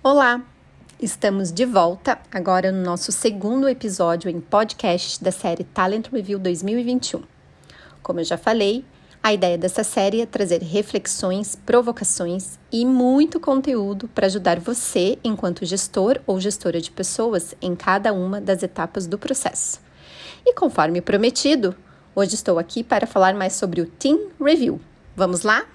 Olá! Estamos de volta agora no nosso segundo episódio em podcast da série Talent Review 2021. Como eu já falei, a ideia dessa série é trazer reflexões, provocações e muito conteúdo para ajudar você, enquanto gestor ou gestora de pessoas, em cada uma das etapas do processo. E conforme prometido, hoje estou aqui para falar mais sobre o Team Review. Vamos lá?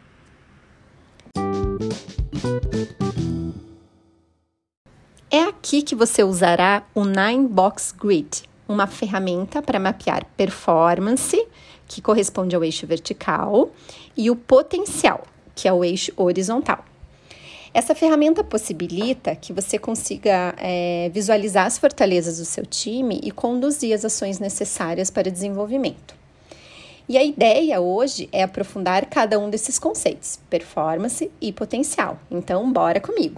É aqui que você usará o 9-Box Grid, uma ferramenta para mapear performance, que corresponde ao eixo vertical, e o potencial, que é o eixo horizontal. Essa ferramenta possibilita que você consiga visualizar as fortalezas do seu time e conduzir as ações necessárias para o desenvolvimento. E a ideia hoje é aprofundar cada um desses conceitos, performance e potencial. Então, bora comigo!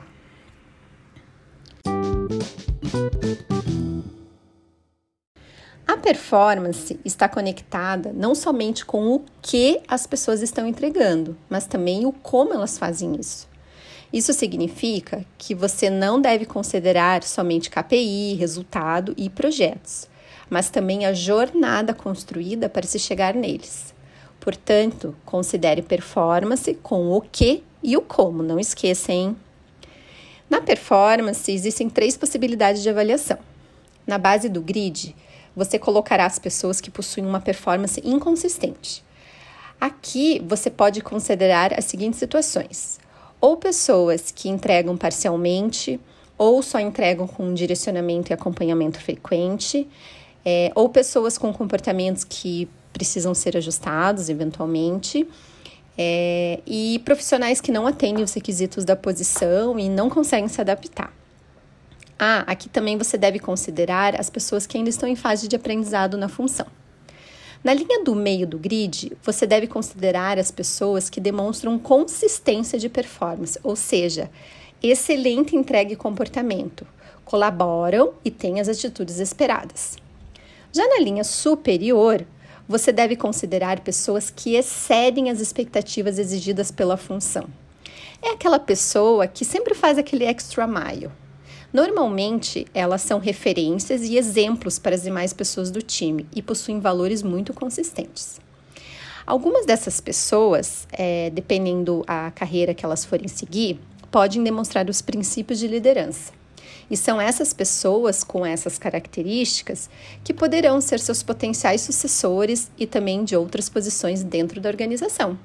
A performance está conectada não somente com o que as pessoas estão entregando, mas também o como elas fazem isso. Isso significa que você não deve considerar somente KPI, resultado e projetos, mas também a jornada construída para se chegar neles. Portanto, considere performance com o que e o como, não esqueça, hein? Na performance, existem 3 possibilidades de avaliação. Na base do grid, você colocará as pessoas que possuem uma performance inconsistente. Aqui, você pode considerar as seguintes situações. Ou pessoas que entregam parcialmente, ou só entregam com direcionamento e acompanhamento frequente, ou pessoas com comportamentos que precisam ser ajustados eventualmente, e profissionais que não atendem os requisitos da posição e não conseguem se adaptar. Aqui também você deve considerar as pessoas que ainda estão em fase de aprendizado na função. Na linha do meio do grid, você deve considerar as pessoas que demonstram consistência de performance, ou seja, excelente entrega e comportamento, colaboram e têm as atitudes esperadas. Já na linha superior, você deve considerar pessoas que excedem as expectativas exigidas pela função. É aquela pessoa que sempre faz aquele extra mile. Normalmente, elas são referências e exemplos para as demais pessoas do time e possuem valores muito consistentes. Algumas dessas pessoas, dependendo da carreira que elas forem seguir, podem demonstrar os princípios de liderança. E são essas pessoas com essas características que poderão ser seus potenciais sucessores e também de outras posições dentro da organização.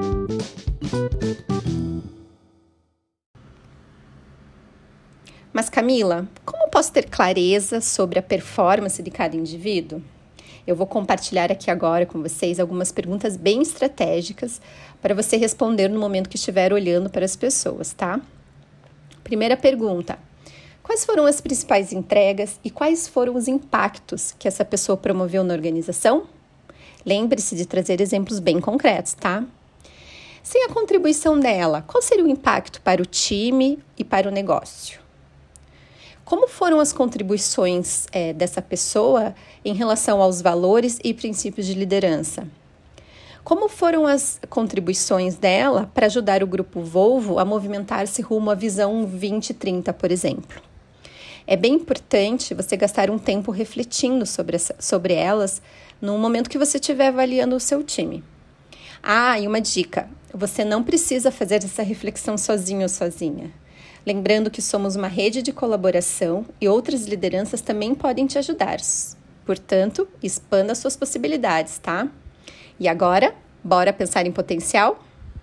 Mas Camila, como posso ter clareza sobre a performance de cada indivíduo? Eu vou compartilhar aqui agora com vocês algumas perguntas bem estratégicas para você responder no momento que estiver olhando para as pessoas, tá? Primeira pergunta: quais foram as principais entregas e quais foram os impactos que essa pessoa promoveu na organização? Lembre-se de trazer exemplos bem concretos, tá? Sem a contribuição dela, qual seria o impacto para o time e para o negócio? Como foram as contribuições dessa pessoa em relação aos valores e princípios de liderança? Como foram as contribuições dela para ajudar o Grupo Volvo a movimentar-se rumo à Visão 2030, por exemplo? É bem importante você gastar um tempo refletindo sobre elas no momento que você estiver avaliando o seu time. E uma dica, você não precisa fazer essa reflexão sozinho ou sozinha. Lembrando que somos uma rede de colaboração e outras lideranças também podem te ajudar. Portanto, expanda suas possibilidades, tá? E agora, bora pensar em potencial?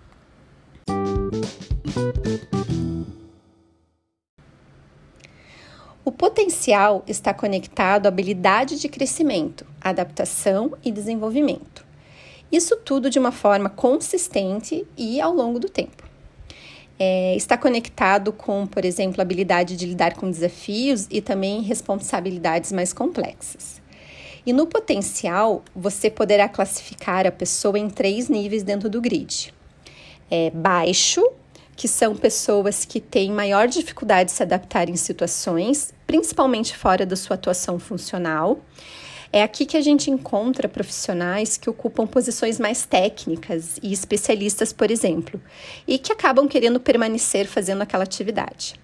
O potencial está conectado à habilidade de crescimento, adaptação e desenvolvimento. Isso tudo de uma forma consistente e ao longo do tempo. Está conectado com, por exemplo, a habilidade de lidar com desafios e também responsabilidades mais complexas. E no potencial, você poderá classificar a pessoa em 3 níveis dentro do grid. Baixo, que são pessoas que têm maior dificuldade de se adaptar em situações, principalmente fora da sua atuação funcional. É aqui que a gente encontra profissionais que ocupam posições mais técnicas e especialistas, por exemplo, e que acabam querendo permanecer fazendo aquela atividade.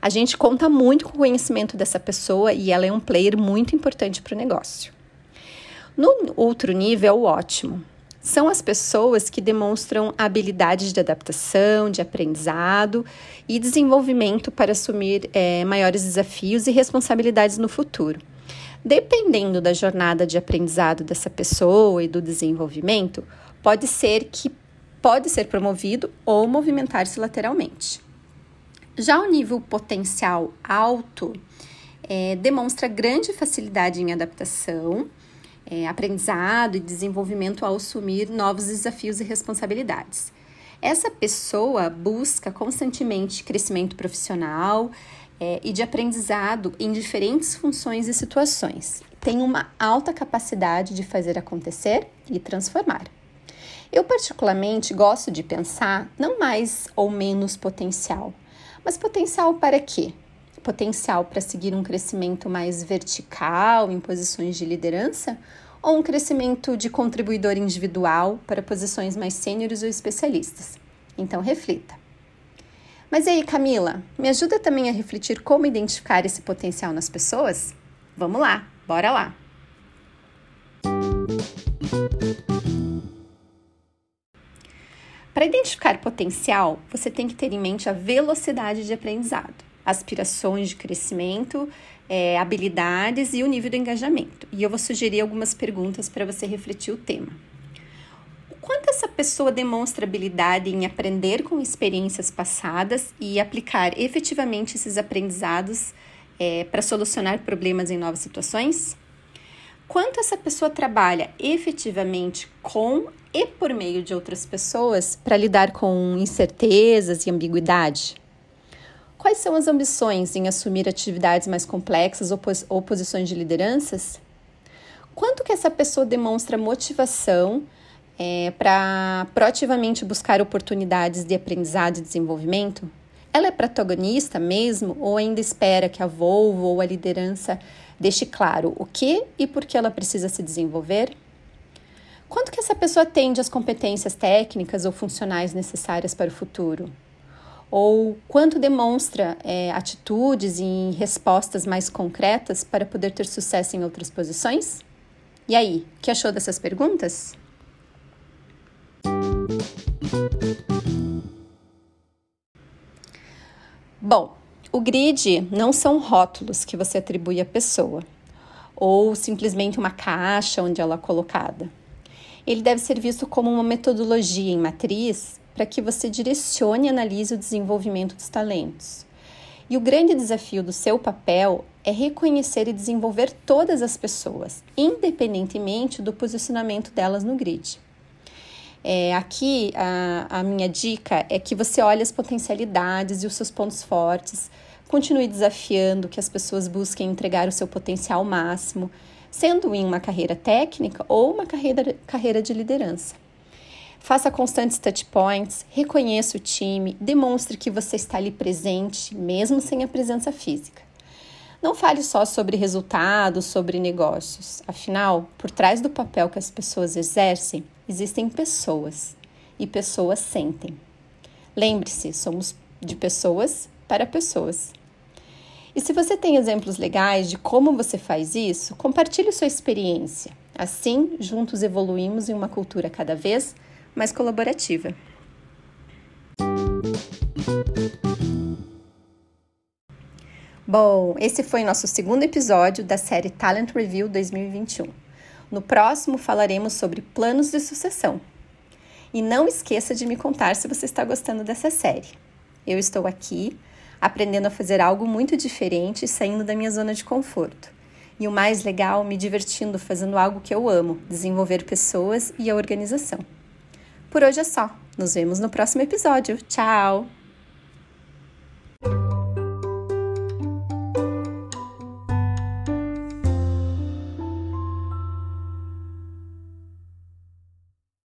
A gente conta muito com o conhecimento dessa pessoa e ela é um player muito importante para o negócio. No outro nível é o ótimo. São as pessoas que demonstram habilidades de adaptação, de aprendizado e desenvolvimento para assumir maiores desafios e responsabilidades no futuro. Dependendo da jornada de aprendizado dessa pessoa e do desenvolvimento, pode ser promovido ou movimentar-se lateralmente. Já o nível potencial alto demonstra grande facilidade em adaptação, aprendizado e desenvolvimento ao assumir novos desafios e responsabilidades. Essa pessoa busca constantemente crescimento profissional e de aprendizado em diferentes funções e situações. Tem uma alta capacidade de fazer acontecer e transformar. Eu particularmente gosto de pensar não mais ou menos potencial, mas potencial para quê? Potencial para seguir um crescimento mais vertical em posições de liderança ou um crescimento de contribuidor individual para posições mais sêniores ou especialistas? Então, reflita. Mas e aí, Camila, me ajuda também a refletir como identificar esse potencial nas pessoas? Vamos lá, bora lá! Para identificar potencial, você tem que ter em mente a velocidade de aprendizado, aspirações de crescimento, habilidades e o nível de engajamento. E eu vou sugerir algumas perguntas para você refletir o tema. O quanto essa pessoa demonstra habilidade em aprender com experiências passadas e aplicar efetivamente esses aprendizados para solucionar problemas em novas situações? Quanto essa pessoa trabalha efetivamente com e por meio de outras pessoas para lidar com incertezas e ambiguidade? Quais são as ambições em assumir atividades mais complexas ou posições de lideranças? Quanto que essa pessoa demonstra motivação para proativamente buscar oportunidades de aprendizado e desenvolvimento? Ela é protagonista mesmo ou ainda espera que a Volvo ou a liderança deixe claro o que e por que ela precisa se desenvolver? Quanto que essa pessoa atende às competências técnicas ou funcionais necessárias para o futuro? Ou quanto demonstra atitudes e respostas mais concretas para poder ter sucesso em outras posições? E aí, o que achou dessas perguntas? Bom, o grid não são rótulos que você atribui à pessoa, ou simplesmente uma caixa onde ela é colocada. Ele deve ser visto como uma metodologia em matriz para que você direcione e analise o desenvolvimento dos talentos. E o grande desafio do seu papel é reconhecer e desenvolver todas as pessoas, independentemente do posicionamento delas no grid. Aqui, a minha dica é que você olhe as potencialidades e os seus pontos fortes, continue desafiando que as pessoas busquem entregar o seu potencial máximo, sendo em uma carreira técnica ou uma carreira de liderança. Faça constantes touch points, reconheça o time, demonstre que você está ali presente, mesmo sem a presença física. Não fale só sobre resultados, sobre negócios. Afinal, por trás do papel que as pessoas exercem, existem pessoas e pessoas sentem. Lembre-se, somos de pessoas para pessoas. E se você tem exemplos legais de como você faz isso, compartilhe sua experiência. Assim, juntos evoluímos em uma cultura cada vez mais colaborativa. Bom, esse foi nosso segundo episódio da série Talent Review 2021. No próximo falaremos sobre planos de sucessão. E não esqueça de me contar se você está gostando dessa série. Eu estou aqui aprendendo a fazer algo muito diferente e saindo da minha zona de conforto. E o mais legal, me divertindo fazendo algo que eu amo, desenvolver pessoas e a organização. Por hoje é só. Nos vemos no próximo episódio. Tchau!